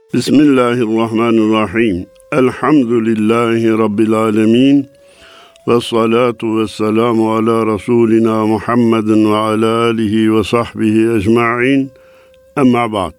Bismillahirrahmanirrahim. Elhamdülillahi Rabbil alemin. Ve salatu ve selamu ala Resulina Muhammedin ve ala alihi ve sahbihi ecma'in. Emma ba'd.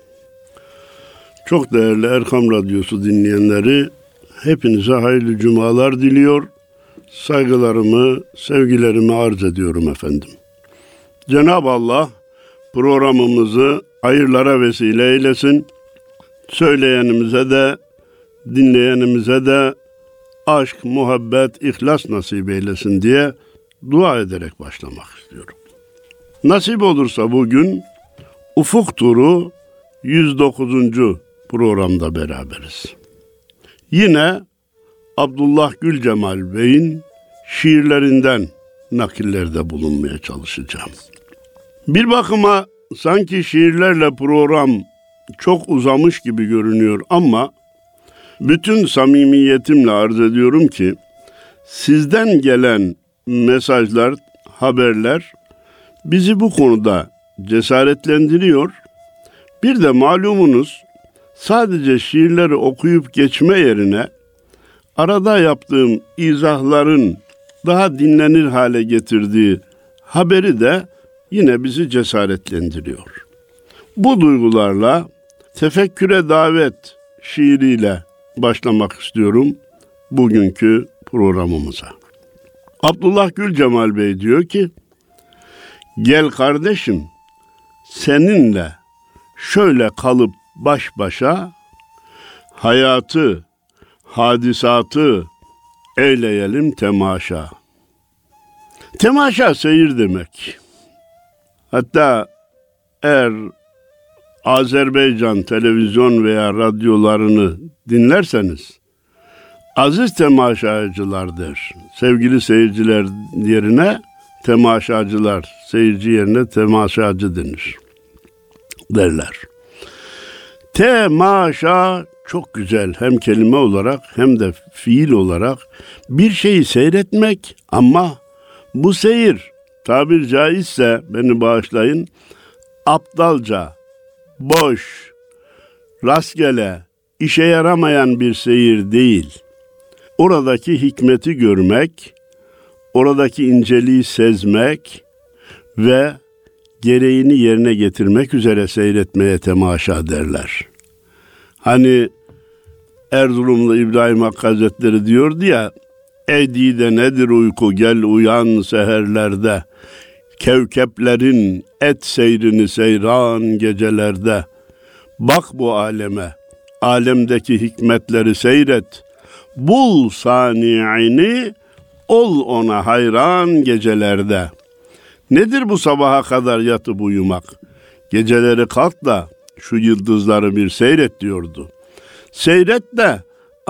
Çok değerli Erkam Radyosu dinleyenleri, hepinize hayırlı cumalar diliyor. Saygılarımı, sevgilerimi arz ediyorum efendim. Cenab-ı Allah programımızı hayırlara vesile eylesin. Söyleyenimize de, dinleyenimize de aşk, muhabbet, ihlas nasip eylesin diye dua ederek başlamak istiyorum. Nasip olursa bugün Ufuk Turu 109. programda beraberiz. Yine Abdullah Gülcemal Bey'in şiirlerinden nakillerde bulunmaya çalışacağım. Bir bakıma sanki şiirlerle program çok uzamış gibi görünüyor ama bütün samimiyetimle arz ediyorum ki sizden gelen mesajlar, haberler bizi bu konuda cesaretlendiriyor. Bir de malumunuz sadece şiirleri okuyup geçme yerine arada yaptığım izahların daha dinlenir hale getirdiği haberi de yine bizi cesaretlendiriyor. Bu duygularla Tefekküre Davet şiiriyle başlamak istiyorum bugünkü programımıza. Abdullah Gülcemal Bey diyor ki, gel kardeşim seninle şöyle kalıp baş başa hayatı, hadisatı eyleyelim temaşa. Temaşa seyir demek. Hatta eğer Azerbaycan televizyon veya radyolarını dinlerseniz aziz temaşacılar der. Sevgili seyirciler yerine temaşacılar, seyirci yerine temaşacı denir derler. Temaşa çok güzel, hem kelime olarak hem de fiil olarak bir şeyi seyretmek, ama bu seyir tabir caizse, beni bağışlayın, aptalca, boş, rastgele, işe yaramayan bir seyir değil. Oradaki hikmeti görmek, oradaki inceliği sezmek ve gereğini yerine getirmek üzere seyretmeye temaşa derler. Hani Erzurumlu İbrahim Hakkı Hazretleri diyordu ya, Edide nedir uyku, gel uyan seherlerde, kevkeplerin et seyrini seyran gecelerde. Bak bu aleme, alemdeki hikmetleri seyret. Bul sani'ini, ol ona hayran gecelerde. Nedir bu sabaha kadar yatıp uyumak? Geceleri kalk da şu yıldızları bir seyret diyordu. Seyret de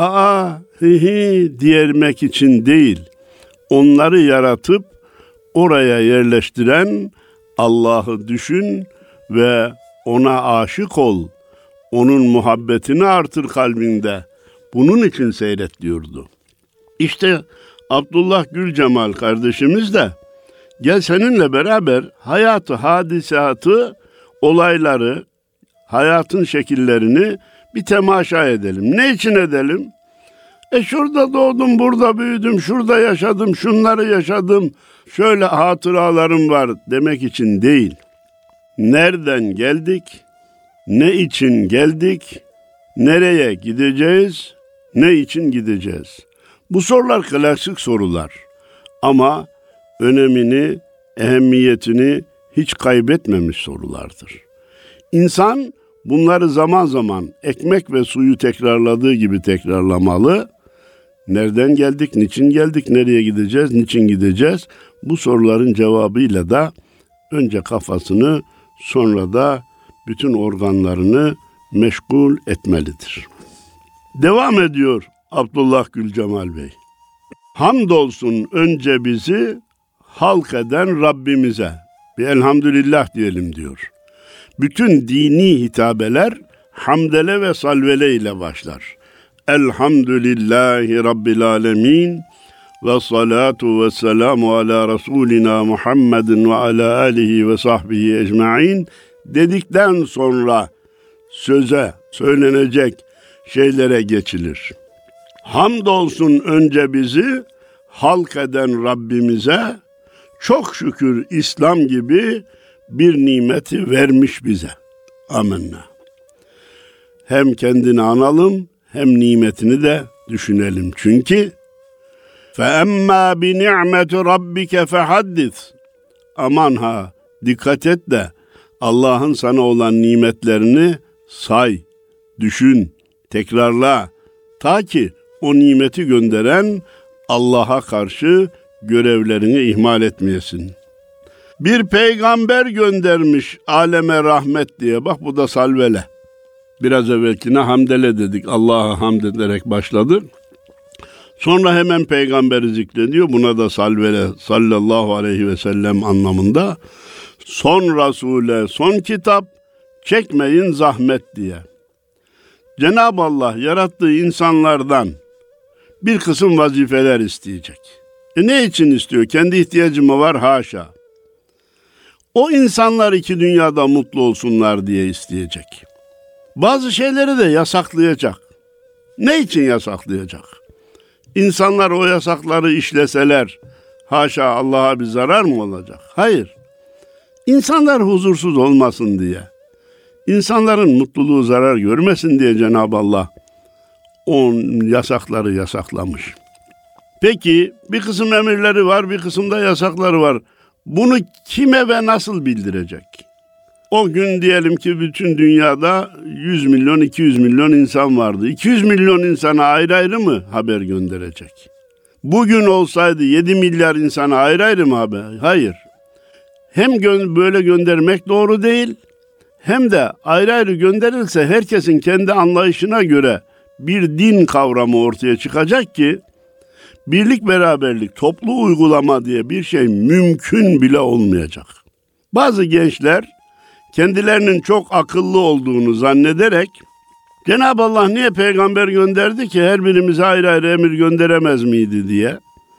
diyermek için değil, onları yaratıp oraya yerleştiren Allah'ı düşün ve ona aşık ol. Onun muhabbetini artır kalbinde. Bunun için seyret diyordu. İşte Abdullah Gülcemal kardeşimiz de gel seninle beraber hayatı, hadisatı, olayları, hayatın şekillerini bir temaşa edelim. Ne için edelim? Şurada doğdum, burada büyüdüm, şurada yaşadım, şunları yaşadım, şöyle hatıralarım var demek için değil. Nereden geldik? Ne için geldik? Nereye gideceğiz? Ne için gideceğiz? Bu sorular klasik sorular. Ama önemini, ehemmiyetini hiç kaybetmemiş sorulardır. İnsan bunları zaman zaman ekmek ve suyu tekrarladığı gibi tekrarlamalı. Nereden geldik, niçin geldik, nereye gideceğiz, niçin gideceğiz? Bu soruların cevabıyla da önce kafasını, sonra da bütün organlarını meşgul etmelidir. Devam ediyor Abdullah Gülcemal Bey. Hamdolsun önce bizi halk eden Rabbimize. Bir elhamdülillah diyelim diyor. Bütün dini hitabeler hamdele ve salvele ile başlar. Elhamdülillahi Rabbil alemin ve salatu ve selamu ala Resulina Muhammedin ve ala alihi ve sahbihi ecma'in dedikten sonra söze söylenecek şeylere geçilir. Hamdolsun önce bizi halk eden Rabbimize, çok şükür İslam gibi bir nimeti vermiş bize. Amenna. Hem kendini analım, hem nimetini de düşünelim. Çünkü فَاَمَّا بِنِعْمَةِ رَبِّكَ فَحَدِّثْ. Aman ha, dikkat et de Allah'ın sana olan nimetlerini say, düşün, tekrarla. Ta ki o nimeti gönderen Allah'a karşı görevlerini ihmal etmeyesin. Bir peygamber göndermiş aleme rahmet diye. Bak bu da salvele. Biraz evvelkine hamdele dedik. Allah'a hamd ederek başladı. Sonra hemen peygamberi zikrediyor. Buna da salvele sallallahu aleyhi ve sellem anlamında. Son Resul'e son kitap, çekmeyin zahmet diye. Cenab-ı Allah yarattığı insanlardan bir kısım vazifeler isteyecek. Ne için istiyor? Kendi ihtiyacı mı var? Haşa. O insanlar iki dünyada mutlu olsunlar diye isteyecek. Bazı şeyleri de yasaklayacak. Ne için yasaklayacak? İnsanlar o yasakları işleseler, haşa Allah'a bir zarar mı olacak? Hayır. İnsanlar huzursuz olmasın diye, İnsanların mutluluğu zarar görmesin diye Cenab-ı Allah o yasakları yasaklamış. Peki bir kısım emirleri var, bir kısım da yasakları var. Bunu kime ve nasıl bildirecek? O gün diyelim ki bütün dünyada 100 milyon, 200 milyon insan vardı. 200 milyon insana ayrı ayrı mı haber gönderecek? Bugün olsaydı 7 milyar insana ayrı ayrı mı haber? Hayır. Hem böyle göndermek doğru değil, hem de ayrı ayrı gönderilse herkesin kendi anlayışına göre bir din kavramı ortaya çıkacak ki birlik, beraberlik, toplu uygulama diye bir şey mümkün bile olmayacak. Bazı gençler kendilerinin çok akıllı olduğunu zannederek Cenab-ı Allah niye peygamber gönderdi ki her birimize ayrı ayrı emir gönderemez miydi diye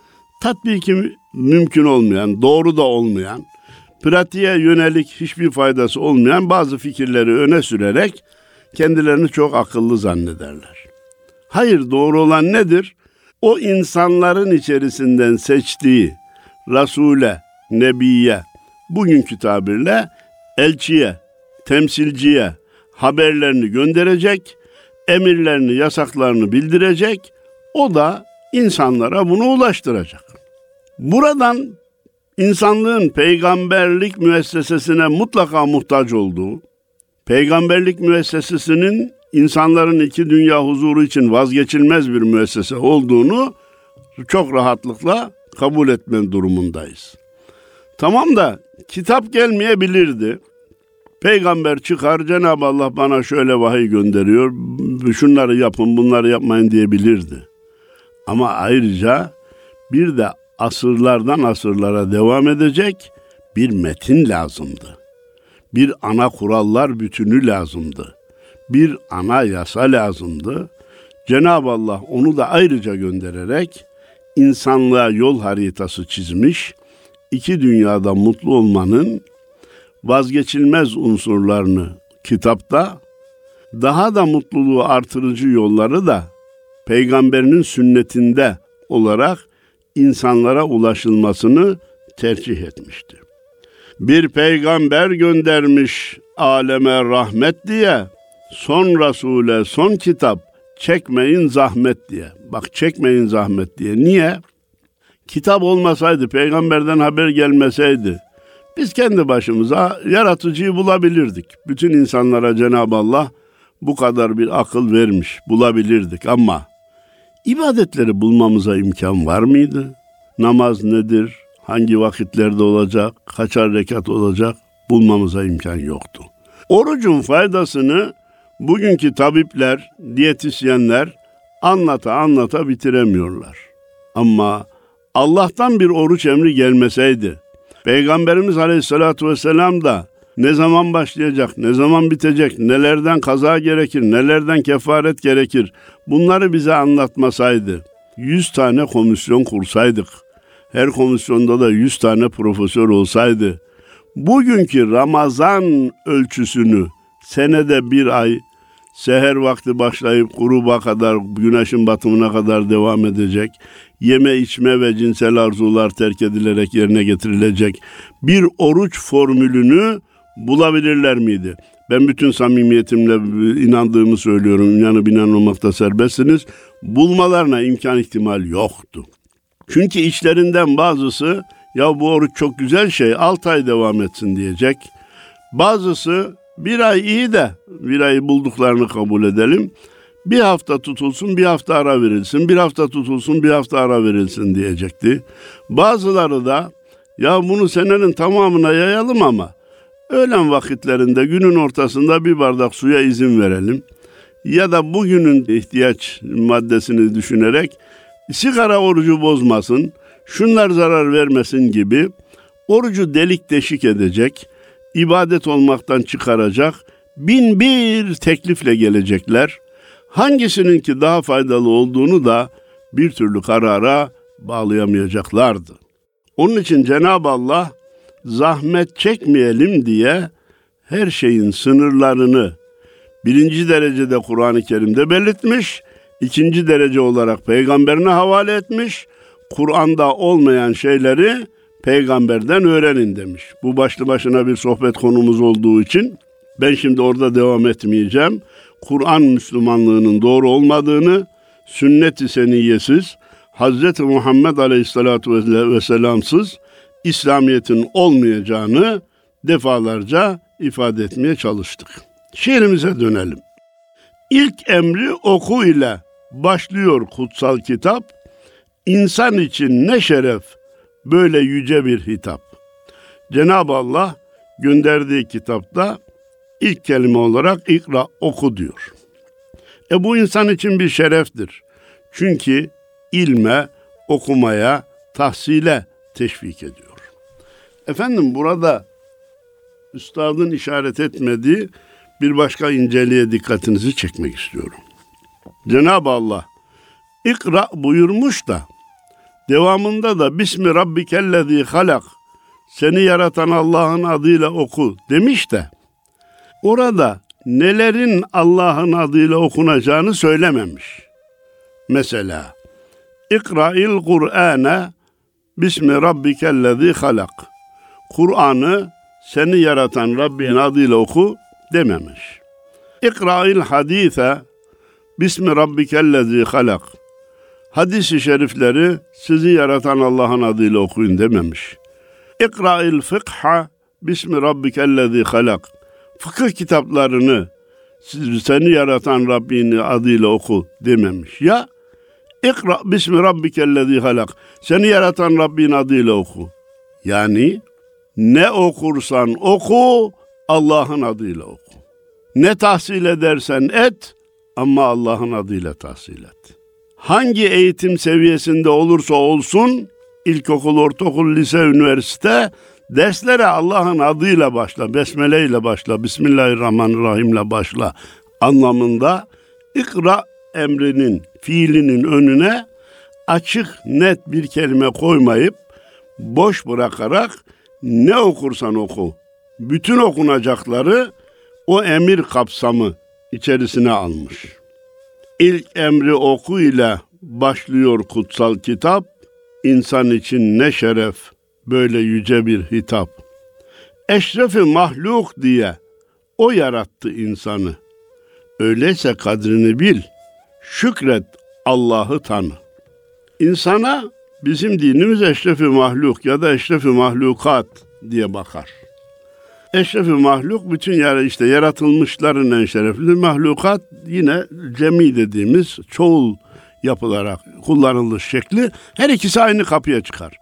tatbiki mümkün olmayan, doğru da olmayan, pratiğe yönelik hiçbir faydası olmayan bazı fikirleri öne sürerek kendilerini çok akıllı zannederler. Hayır, doğru olan nedir? O insanların içerisinden seçtiği Resul'e, Nebiye, bugünkü tabirle elçiye, temsilciye haberlerini gönderecek, emirlerini, yasaklarını bildirecek, o da insanlara bunu ulaştıracak. Buradan insanlığın peygamberlik müessesesine mutlaka muhtaç olduğu, peygamberlik müessesesinin insanların iki dünya huzuru için vazgeçilmez bir müessese olduğunu çok rahatlıkla kabul etme durumundayız. Tamam da kitap gelmeyebilirdi. Peygamber çıkar, Cenab-ı Allah bana şöyle vahiy gönderiyor, şunları yapın, bunları yapmayın diyebilirdi. Ama ayrıca bir de asırlardan asırlara devam edecek bir metin lazımdı. Bir ana kurallar bütünü lazımdı. Bir ana yasa lazımdı. Cenab-ı Allah onu da ayrıca göndererek insanlığa yol haritası çizmiş, iki dünyada mutlu olmanın vazgeçilmez unsurlarını kitapta, daha da mutluluğu artırıcı yolları da peygamberinin sünnetinde olarak insanlara ulaşılmasını tercih etmişti. Bir peygamber göndermiş aleme rahmet diye, son Resul'e son kitap, çekmeyin zahmet diye. Bak, çekmeyin zahmet diye. Niye? Kitap olmasaydı, peygamberden haber gelmeseydi, biz kendi başımıza yaratıcıyı bulabilirdik. Bütün insanlara Cenab-ı Allah bu kadar bir akıl vermiş, bulabilirdik ama ibadetleri bulmamıza imkan var mıydı? Namaz nedir? Hangi vakitlerde olacak? Kaçar rekat olacak? Bulmamıza imkan yoktu. Orucun faydasını bugünkü tabipler, diyetisyenler anlata bitiremiyorlar. Ama Allah'tan bir oruç emri gelmeseydi, Peygamberimiz Aleyhisselatü Vesselam da ne zaman başlayacak, ne zaman bitecek, nelerden kaza gerekir, nelerden kefaret gerekir, bunları bize anlatmasaydı, 100 tane komisyon kursaydık, her komisyonda da 100 tane profesör olsaydı, bugünkü Ramazan ölçüsünü senede bir ay, seher vakti başlayıp gruba kadar, güneşin batımına kadar devam edecek, yeme içme ve cinsel arzular terk edilerek yerine getirilecek bir oruç formülünü bulabilirler miydi? Ben bütün samimiyetimle inandığımı söylüyorum. İnanıp inanmamakta serbestsiniz. Bulmalarına imkan ihtimal yoktu. Çünkü içlerinden bazısı ya bu oruç çok güzel şey 6 ay devam etsin diyecek. Bazısı bir ay iyi de bir ayı bulduklarını kabul edelim. Bir hafta tutulsun, bir hafta ara verilsin. Bir hafta tutulsun, bir hafta ara verilsin diyecekti. Bazıları da ya bunu senenin tamamına yayalım ama öğlen vakitlerinde günün ortasında bir bardak suya izin verelim. Ya da bugünün ihtiyaç maddesini düşünerek sigara orucu bozmasın, şunlar zarar vermesin gibi orucu delik deşik edecek, ibadet olmaktan çıkaracak 1001 teklifle gelecekler. Hangisininki daha faydalı olduğunu da bir türlü karara bağlayamayacaklardı. Onun için Cenab-ı Allah zahmet çekmeyelim diye her şeyin sınırlarını birinci derecede Kur'an-ı Kerim'de belirtmiş, ikinci derece olarak peygamberine havale etmiş, Kur'an'da olmayan şeyleri peygamberden öğrenin demiş. Bu başlı başına bir sohbet konumuz olduğu için ben şimdi orada devam etmeyeceğim. Kur'an Müslümanlığının doğru olmadığını, sünnet-i seniyyesiz, Hz. Muhammed Aleyhisselatü Vesselam'sız İslamiyet'in olmayacağını defalarca ifade etmeye çalıştık. Şiirimize dönelim. İlk emri oku ile başlıyor kutsal kitap. İnsan için ne şeref böyle yüce bir hitap. Cenab-ı Allah gönderdiği kitapta ilk kelime olarak ikra oku diyor. Bu insan için bir şereftir. Çünkü ilme, okumaya, tahsile teşvik ediyor. Efendim burada üstadın işaret etmediği bir başka inceliğe dikkatinizi çekmek istiyorum. Cenab-ı Allah ikra buyurmuş da devamında da Bismi Rabbikellezî halak, seni yaratan Allah'ın adıyla oku demiş de orada nelerin Allah'ın adıyla okunacağını söylememiş. Mesela İkra'il Kur'ane Bismi Rabbikellezî halak. Kur'an'ı seni yaratan Rabbin adıyla oku dememiş. İkra'il hadîse Bismi Rabbikellezî halak. Hadis-i şerifleri sizi yaratan Allah'ın adıyla okuyun dememiş. İkra'il fıkha Bismi Rabbikellezî halak. Fıkıh kitaplarını seni yaratan Rabbin adıyla oku dememiş. Ya İkra Bismi Rabbikellezî halak. Seni yaratan Rabbin adıyla oku. Yani ne okursan oku, Allah'ın adıyla oku. Ne tahsil edersen et, ama Allah'ın adıyla tahsil et. Hangi eğitim seviyesinde olursa olsun, ilkokul, ortaokul, lise, üniversite, derslere Allah'ın adıyla başla, besmele ile başla, Bismillahirrahmanirrahimle başla anlamında ikra emrinin, fiilinin önüne açık, net bir kelime koymayıp, boş bırakarak ne okursan oku, bütün okunacakları o emir kapsamı içerisine almış. İlk emri oku ile başlıyor kutsal kitap, insan için ne şeref böyle yüce bir hitap. Eşrefi mahluk diye o yarattı insanı. Öyleyse kadrini bil, şükret Allah'ı tanı. İnsana bizim dinimiz eşrefi mahluk ya da eşrefi mahlukat diye bakar. Eşrefi mahluk bütün yaratılmışların en şerefli, mahlukat yine cemi dediğimiz çoğul yapılarak kullanılış şekli, her ikisi aynı kapıya çıkar.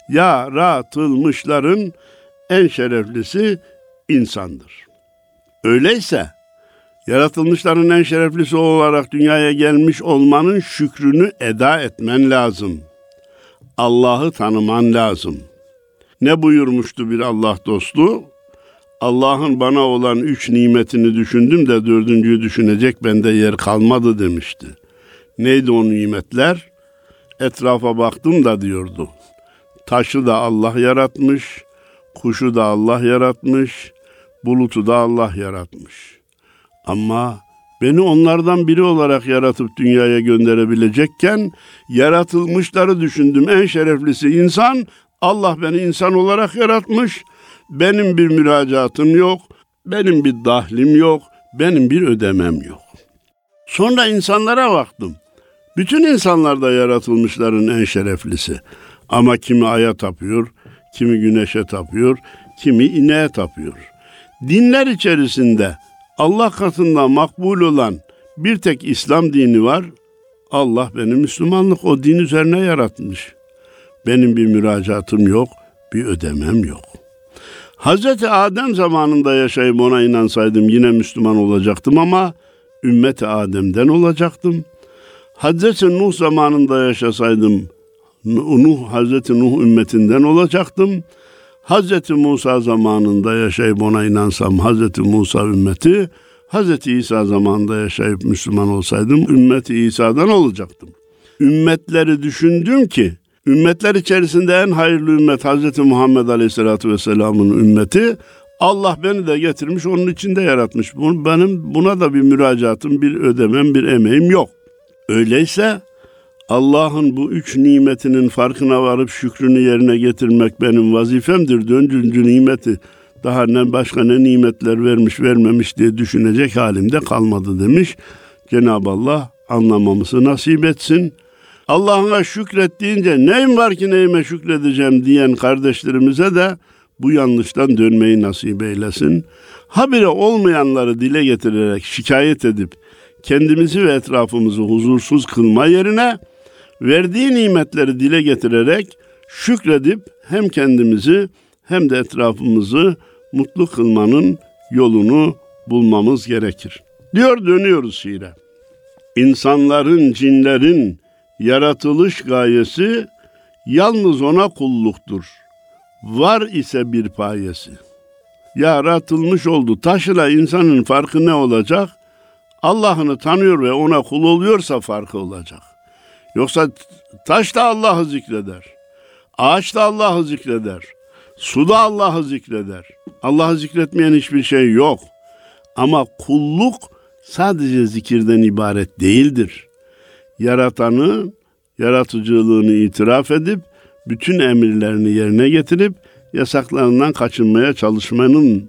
Yaratılmışların en şereflisi insandır. Öyleyse yaratılmışların en şereflisi olarak dünyaya gelmiş olmanın şükrünü eda etmen lazım. Allah'ı tanıman lazım. Ne buyurmuştu bir Allah dostu? Allah'ın bana olan 3 nimetini düşündüm de 4.'yü düşünecek bende yer kalmadı demişti. Neydi o nimetler? Etrafa baktım da diyordu. Taşı da Allah yaratmış, kuşu da Allah yaratmış, bulutu da Allah yaratmış. Ama beni onlardan biri olarak yaratıp dünyaya gönderebilecekken yaratılmışları düşündüm. En şereflisi insan. Allah beni insan olarak yaratmış. Benim bir müracaatım yok. Benim bir dahlim yok. Benim bir ödemem yok. Sonra insanlara baktım. Bütün insanlar da yaratılmışların en şereflisi. Ama kimi aya tapıyor, kimi güneşe tapıyor, kimi ineğe tapıyor. Dinler içerisinde Allah katında makbul olan bir tek İslam dini var. Allah beni Müslümanlık o din üzerine yaratmış. Benim bir müracaatım yok, bir ödemem yok. Hazreti Adem zamanında yaşayıp ona inansaydım yine Müslüman olacaktım ama ümmeti Adem'den olacaktım. Hazreti Nuh zamanında yaşasaydım Hazreti Nuh ümmetinden olacaktım. Hazreti Musa zamanında yaşayıp ona inansam Hazreti Musa ümmeti, Hazreti İsa zamanında yaşayıp Müslüman olsaydım ümmeti İsa'dan olacaktım. Ümmetleri düşündüm ki, ümmetler içerisinde en hayırlı ümmet Hazreti Muhammed Aleyhisselatü Vesselam'ın ümmeti, Allah beni de getirmiş, onun içinde yaratmış. Benim buna da bir müracaatım, bir ödemem, bir emeğim yok. Öyleyse Allah'ın bu üç nimetinin farkına varıp şükrünü yerine getirmek benim vazifemdir. Dördüncü nimeti daha başka ne nimetler vermiş vermemiş diye düşünecek halimde kalmadı demiş. Cenab-ı Allah anlamamızı nasip etsin. Allah'ına şükret deyince neyim var ki neyime şükredeceğim diyen kardeşlerimize de bu yanlıştan dönmeyi nasip eylesin. Habire olmayanları dile getirerek şikayet edip kendimizi ve etrafımızı huzursuz kılma yerine verdiği nimetleri dile getirerek şükredip hem kendimizi hem de etrafımızı mutlu kılmanın yolunu bulmamız gerekir. Diyor, dönüyoruz şiire. İnsanların, cinlerin yaratılış gayesi yalnız ona kulluktur. Var ise bir payesi. Yaratılmış oldu. Taşla insanın farkı ne olacak? Allah'ını tanıyor ve ona kul oluyorsa farkı olacak. Yoksa taş da Allah'ı zikreder. Ağaç da Allah'ı zikreder. Su da Allah'ı zikreder. Allah'ı zikretmeyen hiçbir şey yok. Ama kulluk sadece zikirden ibaret değildir. Yaratanın yaratıcılığını itiraf edip, bütün emirlerini yerine getirip, yasaklarından kaçınmaya çalışmanın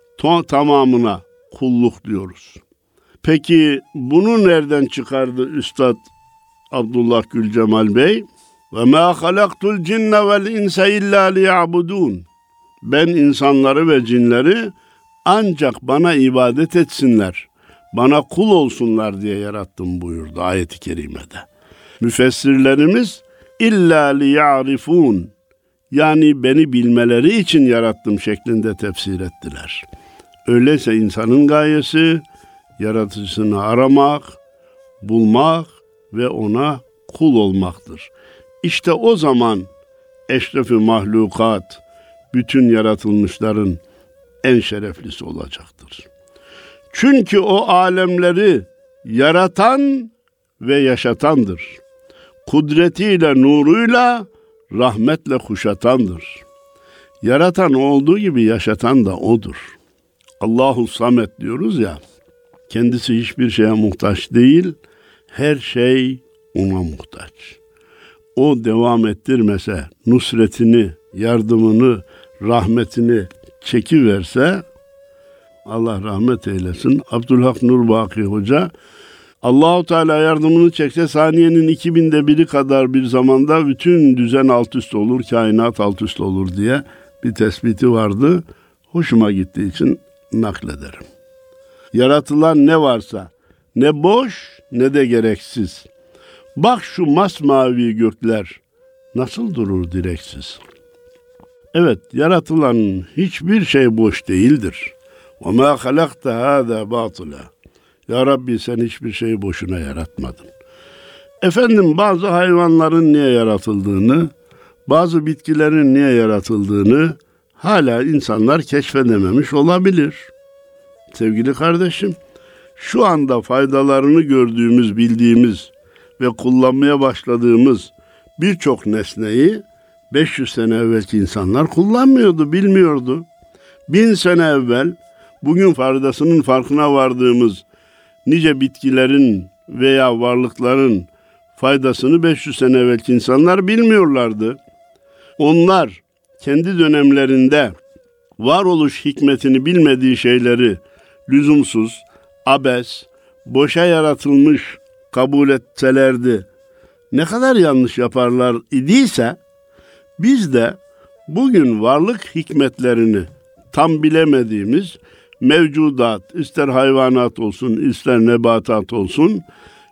tamamına kulluk diyoruz. Peki bunu nereden çıkardı Üstad Abdullah Gülcemal Bey? وَمَا خَلَقْتُ الْجِنَّ وَالْاِنْسَ اِلَّا لِيَعْبُدُونَ Ben insanları ve cinleri ancak bana ibadet etsinler, bana kul olsunlar diye yarattım buyurdu ayet-i kerimede. Müfessirlerimiz اِلَّا لِيَعْرِفُونَ yani beni bilmeleri için yarattım şeklinde tefsir ettiler. Öyleyse insanın gayesi yaratıcısını aramak, bulmak ve ona kul olmaktır. İşte o zaman eşref-i mahlukat, bütün yaratılmışların en şereflisi olacaktır. Çünkü o alemleri yaratan ve yaşatandır. Kudretiyle, nuruyla, rahmetle kuşatandır. Yaratan olduğu gibi yaşatan da O'dur. Allahu Samet diyoruz ya, kendisi hiçbir şeye muhtaç değil, her şey ona muhtaç. O devam ettirmese, nusretini, yardımını, rahmetini çekiverse, Allah rahmet eylesin, Abdülhak Nurbaki Hoca, Allah-u Teala yardımını çekse saniyenin 2000'de 1 kadar bir zamanda bütün düzen alt üst olur, kainat alt üst olur diye bir tespiti vardı. Hoşuma gittiği için naklederim. Yaratılan ne varsa, ne boş ne de gereksiz. Bak şu masmavi gökler nasıl durur direksiz. Evet, yaratılan hiçbir şey boş değildir. وَمَا خَلَقْتَ هَذَا بَاطِلًا Ya Rabbi sen hiçbir şeyi boşuna yaratmadın. Efendim bazı hayvanların niye yaratıldığını, bazı bitkilerin niye yaratıldığını hala insanlar keşfedememiş olabilir. Sevgili kardeşim, şu anda faydalarını gördüğümüz, bildiğimiz ve kullanmaya başladığımız birçok nesneyi 500 sene evvelki insanlar kullanmıyordu, bilmiyordu. 1000 sene evvel bugün faydasının farkına vardığımız nice bitkilerin veya varlıkların faydasını 500 sene evvelki insanlar bilmiyorlardı. Onlar kendi dönemlerinde varoluş hikmetini bilmediği şeyleri lüzumsuz, abes, boşa yaratılmış kabul etselerdi, ne kadar yanlış yaparlar idiyse, biz de bugün varlık hikmetlerini tam bilemediğimiz mevcudat, ister hayvanat olsun, ister nebatat olsun,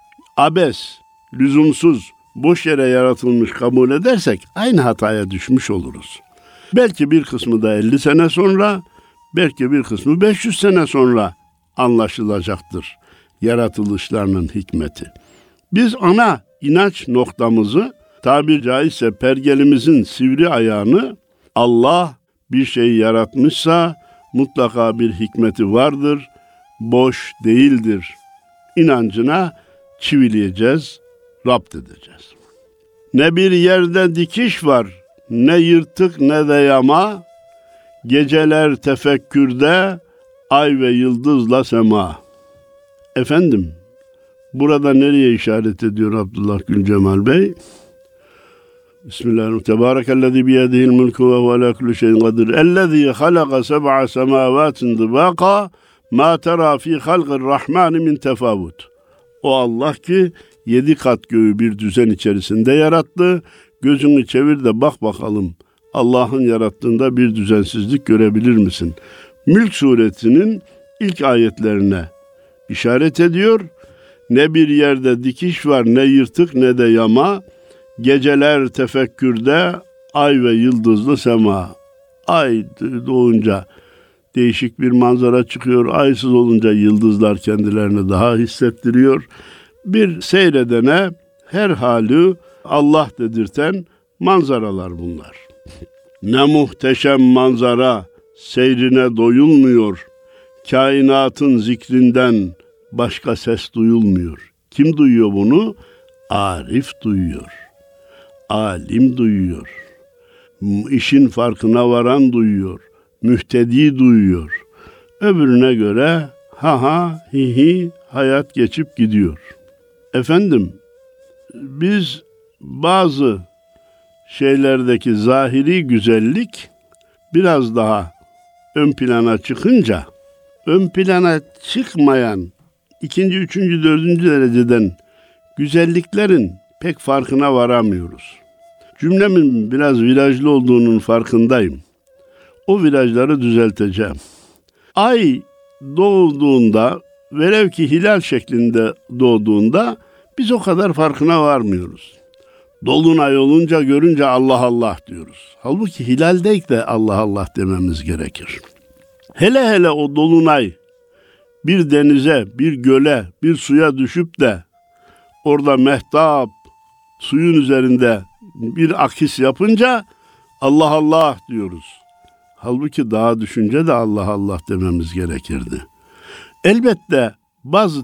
abes, lüzumsuz, boş yere yaratılmış kabul edersek aynı hataya düşmüş oluruz. Belki bir kısmı da 50 sene sonra, belki bir kısmı 500 sene sonra anlaşılacaktır yaratılışlarının hikmeti. Biz ana inanç noktamızı, tabir caizse pergelimizin sivri ayağını, Allah bir şey yaratmışsa mutlaka bir hikmeti vardır, boş değildir inancına çivileyeceğiz, rapt edeceğiz. Ne bir yerde dikiş var, ne yırtık ne de yama, geceler tefekkürde, ay ve yıldızla sema. Efendim, burada nereye işaret ediyor Abdullah Gülcemal Bey? Bismillahirrahmanirrahim. Tebârekellezî biyedihil mulku ve huve alâ kulli şeyin kadir. Ellezî halaka seb'a semâvâtin dıbâka mâ terâ fî halqir rahmâni min tefâvut. O Allah ki 7 kat göğü bir düzen içerisinde yarattı. Gözünü çevir de bak bakalım, Allah'ın yarattığında bir düzensizlik görebilir misin? Mülk suresinin ilk ayetlerine işaret ediyor. Ne bir yerde dikiş var, ne yırtık ne de yama, geceler tefekkürde, ay ve yıldızlı sema. Ay doğunca değişik bir manzara çıkıyor, aysız olunca yıldızlar kendilerini daha hissettiriyor. Bir seyredene her hali Allah dedirten manzaralar bunlar. Ne muhteşem manzara, seyrine doyulmuyor. Kainatın zikrinden başka ses duyulmuyor. Kim duyuyor bunu? Arif duyuyor. Alim duyuyor. İşin farkına varan duyuyor. Mühtedi duyuyor. Öbürüne göre ha ha hi hi hayat geçip gidiyor. Efendim, biz bazı şeylerdeki zahiri güzellik biraz daha ön plana çıkınca, ön plana çıkmayan 2., 3., 4. dereceden güzelliklerin pek farkına varamıyoruz. Cümlemin biraz virajlı olduğunun farkındayım. O virajları düzelteceğim. Ay doğduğunda, velev ki hilal şeklinde doğduğunda biz o kadar farkına varmıyoruz. Dolunay olunca görünce Allah Allah diyoruz. Halbuki hilaldeyk de Allah Allah dememiz gerekir. Hele hele o dolunay bir denize, bir göle, bir suya düşüp de orada mehtap suyun üzerinde bir akis yapınca Allah Allah diyoruz. Halbuki dağa düşünce de Allah Allah dememiz gerekirdi. Elbette bazı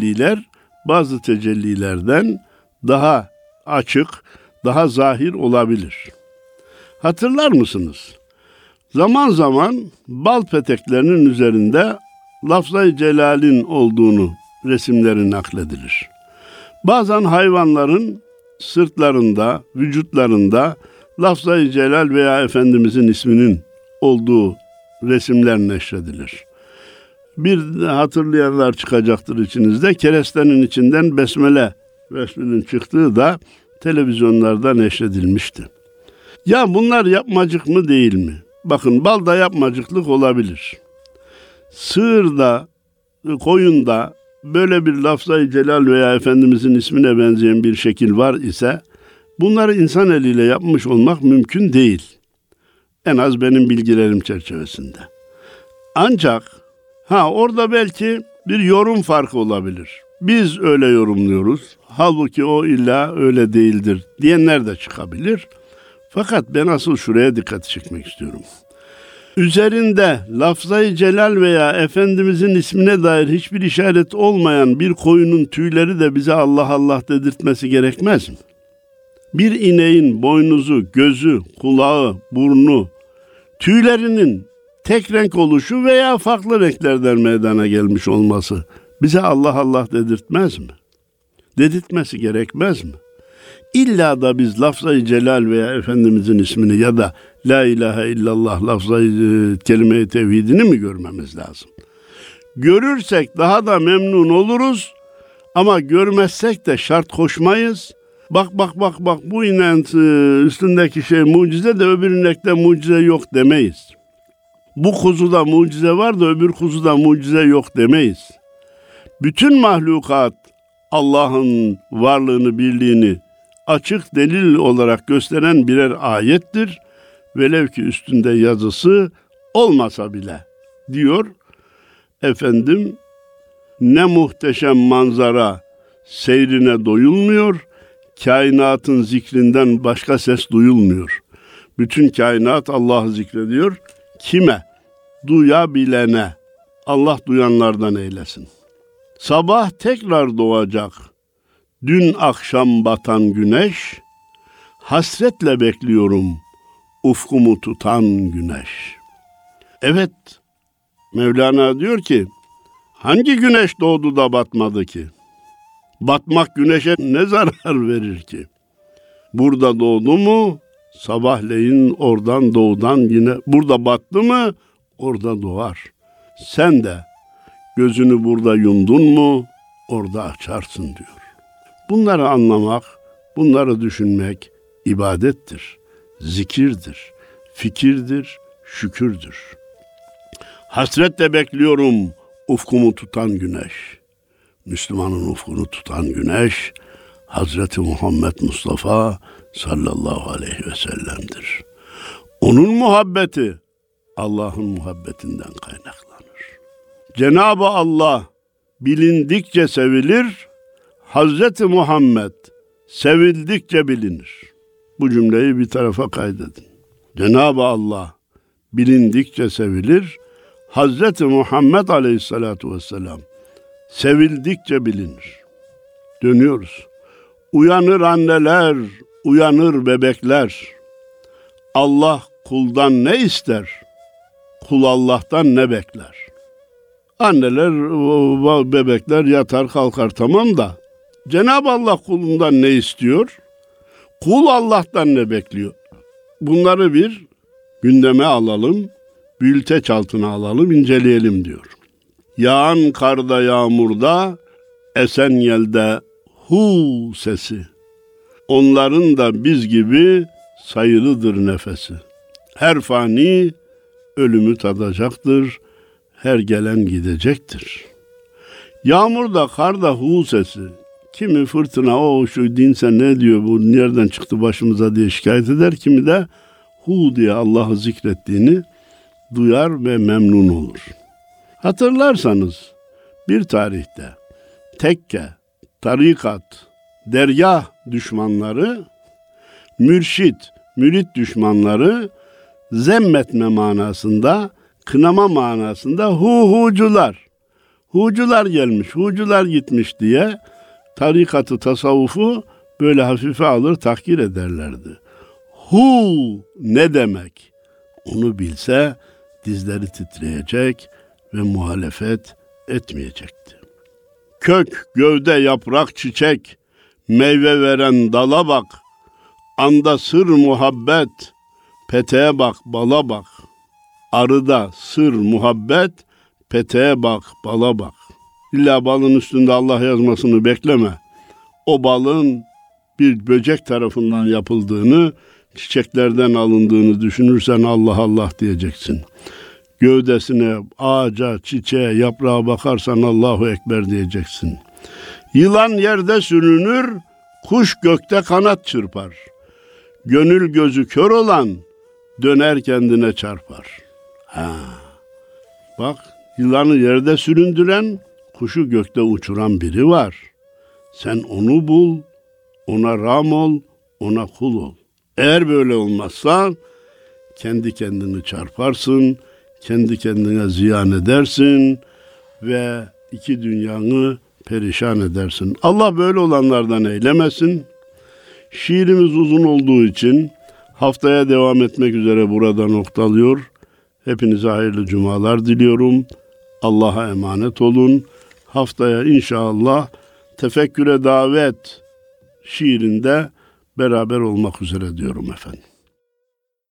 tecellilerden daha açık, daha zahir olabilir. Hatırlar mısınız? Zaman zaman bal peteklerinin üzerinde lafz-ı celalin olduğunu resimleri nakledilir. Bazen hayvanların sırtlarında, vücutlarında lafz-ı celal veya Efendimizin isminin olduğu resimler neşredilir. Bir hatırlayanlar çıkacaktır içinizde. Kerestenin içinden besmele resminin çıktığı da televizyonlarda neşredilmişti. Ya bunlar yapmacık mı değil mi? Bakın, balda yapmacıklık olabilir. Sığırda, koyunda böyle bir lafz-ı celal veya Efendimizin ismine benzeyen bir şekil var ise bunları insan eliyle yapmış olmak mümkün değil. En az benim bilgilerim çerçevesinde. Ancak orada belki bir yorum farkı olabilir. Biz öyle yorumluyoruz. Halbuki o illa öyle değildir diyenler de çıkabilir. Fakat ben asıl şuraya dikkat çekmek istiyorum. Üzerinde lafz-ı celal veya Efendimizin ismine dair hiçbir işaret olmayan bir koyunun tüyleri de bize Allah Allah dedirtmesi gerekmez mi? Bir ineğin boynuzu, gözü, kulağı, burnu, tüylerinin tek renk oluşu veya farklı renklerden meydana gelmiş olması bize Allah Allah dedirtmez mi? Dedirtmesi gerekmez mi? İlla da biz lafzayı celal veya Efendimizin ismini ya da la ilahe illallah lafzayı kelime-i tevhidini mi görmemiz lazım? Görürsek daha da memnun oluruz ama görmezsek de şart koşmayız. Bak bu ineğin üstündeki şey mucize de öbür inekte mucize yok demeyiz. Bu kuzuda mucize var da öbür kuzuda mucize yok demeyiz. Bütün mahlukat Allah'ın varlığını, birliğini açık delil olarak gösteren birer ayettir. Velev ki üstünde yazısı olmasa bile diyor. Efendim, ne muhteşem manzara, seyrine doyulmuyor, kainatın zikrinden başka ses duyulmuyor. Bütün kainat Allah'ı zikrediyor. Kime? Duyabilene. Allah duyanlardan eylesin. Sabah tekrar doğacak. Dün akşam batan güneş, hasretle bekliyorum ufkumu tutan güneş. Evet, Mevlana diyor ki, hangi güneş doğdu da batmadı ki? Batmak güneşe ne zarar verir ki? Burada doğdu mu, sabahleyin oradan doğudan yine, burada battı mı, orada doğar. Sen de gözünü burada yumdun mu, orada açarsın diyor. Bunları anlamak, bunları düşünmek ibadettir, zikirdir, fikirdir, şükürdür. Hasretle bekliyorum ufkumu tutan güneş. Müslümanın ufkunu tutan güneş, Hazreti Muhammed Mustafa sallallahu aleyhi ve sellem'dir. Onun muhabbeti Allah'ın muhabbetinden kaynaklanır. Cenab-ı Allah bilindikçe sevilir, Hazreti Muhammed sevildikçe bilinir. Bu cümleyi bir tarafa kaydedin. Cenab-ı Allah bilindikçe sevilir, Hazreti Muhammed Aleyhisselatü Vesselam sevildikçe bilinir. Dönüyoruz. Uyanır anneler, uyanır bebekler. Allah kuldan ne ister? Kul Allah'tan ne bekler? Anneler, bebekler yatar kalkar tamam da Cenab-ı Allah kulundan ne istiyor? Kul Allah'tan ne bekliyor? Bunları bir gündeme alalım, bülteç altına alalım, inceleyelim diyor. Yağan karda yağmurda, esen yelde hu sesi. Onların da biz gibi sayılıdır nefesi. Her fani ölümü tadacaktır, her gelen gidecektir. Yağmurda, karda hu sesi. Kimi fırtına, şu dinse ne diyor, bu nereden çıktı başımıza diye şikayet eder. Kimi de hu diye Allah'ı zikrettiğini duyar ve memnun olur. Hatırlarsanız bir tarihte tekke, tarikat, dergah düşmanları, mürşit, mürit düşmanları zemmetme manasında, kınama manasında hucular gelmiş, hucular gitmiş diye tarikatı, tasavvufu böyle hafife alır, tahkir ederlerdi. Hu ne demek? Onu bilse dizleri titreyecek ve muhalefet etmeyecekti. Kök, gövde, yaprak, çiçek, meyve veren dala bak. Anda sır muhabbet, peteğe bak, bala bak. Arıda sır muhabbet, peteğe bak, bala bak. İlla balın üstünde Allah yazmasını bekleme. O balın bir böcek tarafından yapıldığını, çiçeklerden alındığını düşünürsen Allah Allah diyeceksin. Gövdesine, ağaca, çiçeğe, yaprağa bakarsan Allahu Ekber diyeceksin. Yılan yerde sürünür, kuş gökte kanat çırpar. Gönül gözü kör olan döner kendine çarpar. Bak, yılanı yerde süründüren, kuşu gökte uçuran biri var. Sen onu bul, ona ram ol, ona kul ol. Eğer böyle olmazsa kendi kendini çarparsın, kendi kendine ziyan edersin ve iki dünyanı perişan edersin. Allah böyle olanlardan eylemesin. Şiirimiz uzun olduğu için haftaya devam etmek üzere burada noktalıyor. Hepinize hayırlı cumalar diliyorum. Allah'a emanet olun. haftaya inşallah Tefekküre Davet şiirinde beraber olmak üzere diyorum efendim.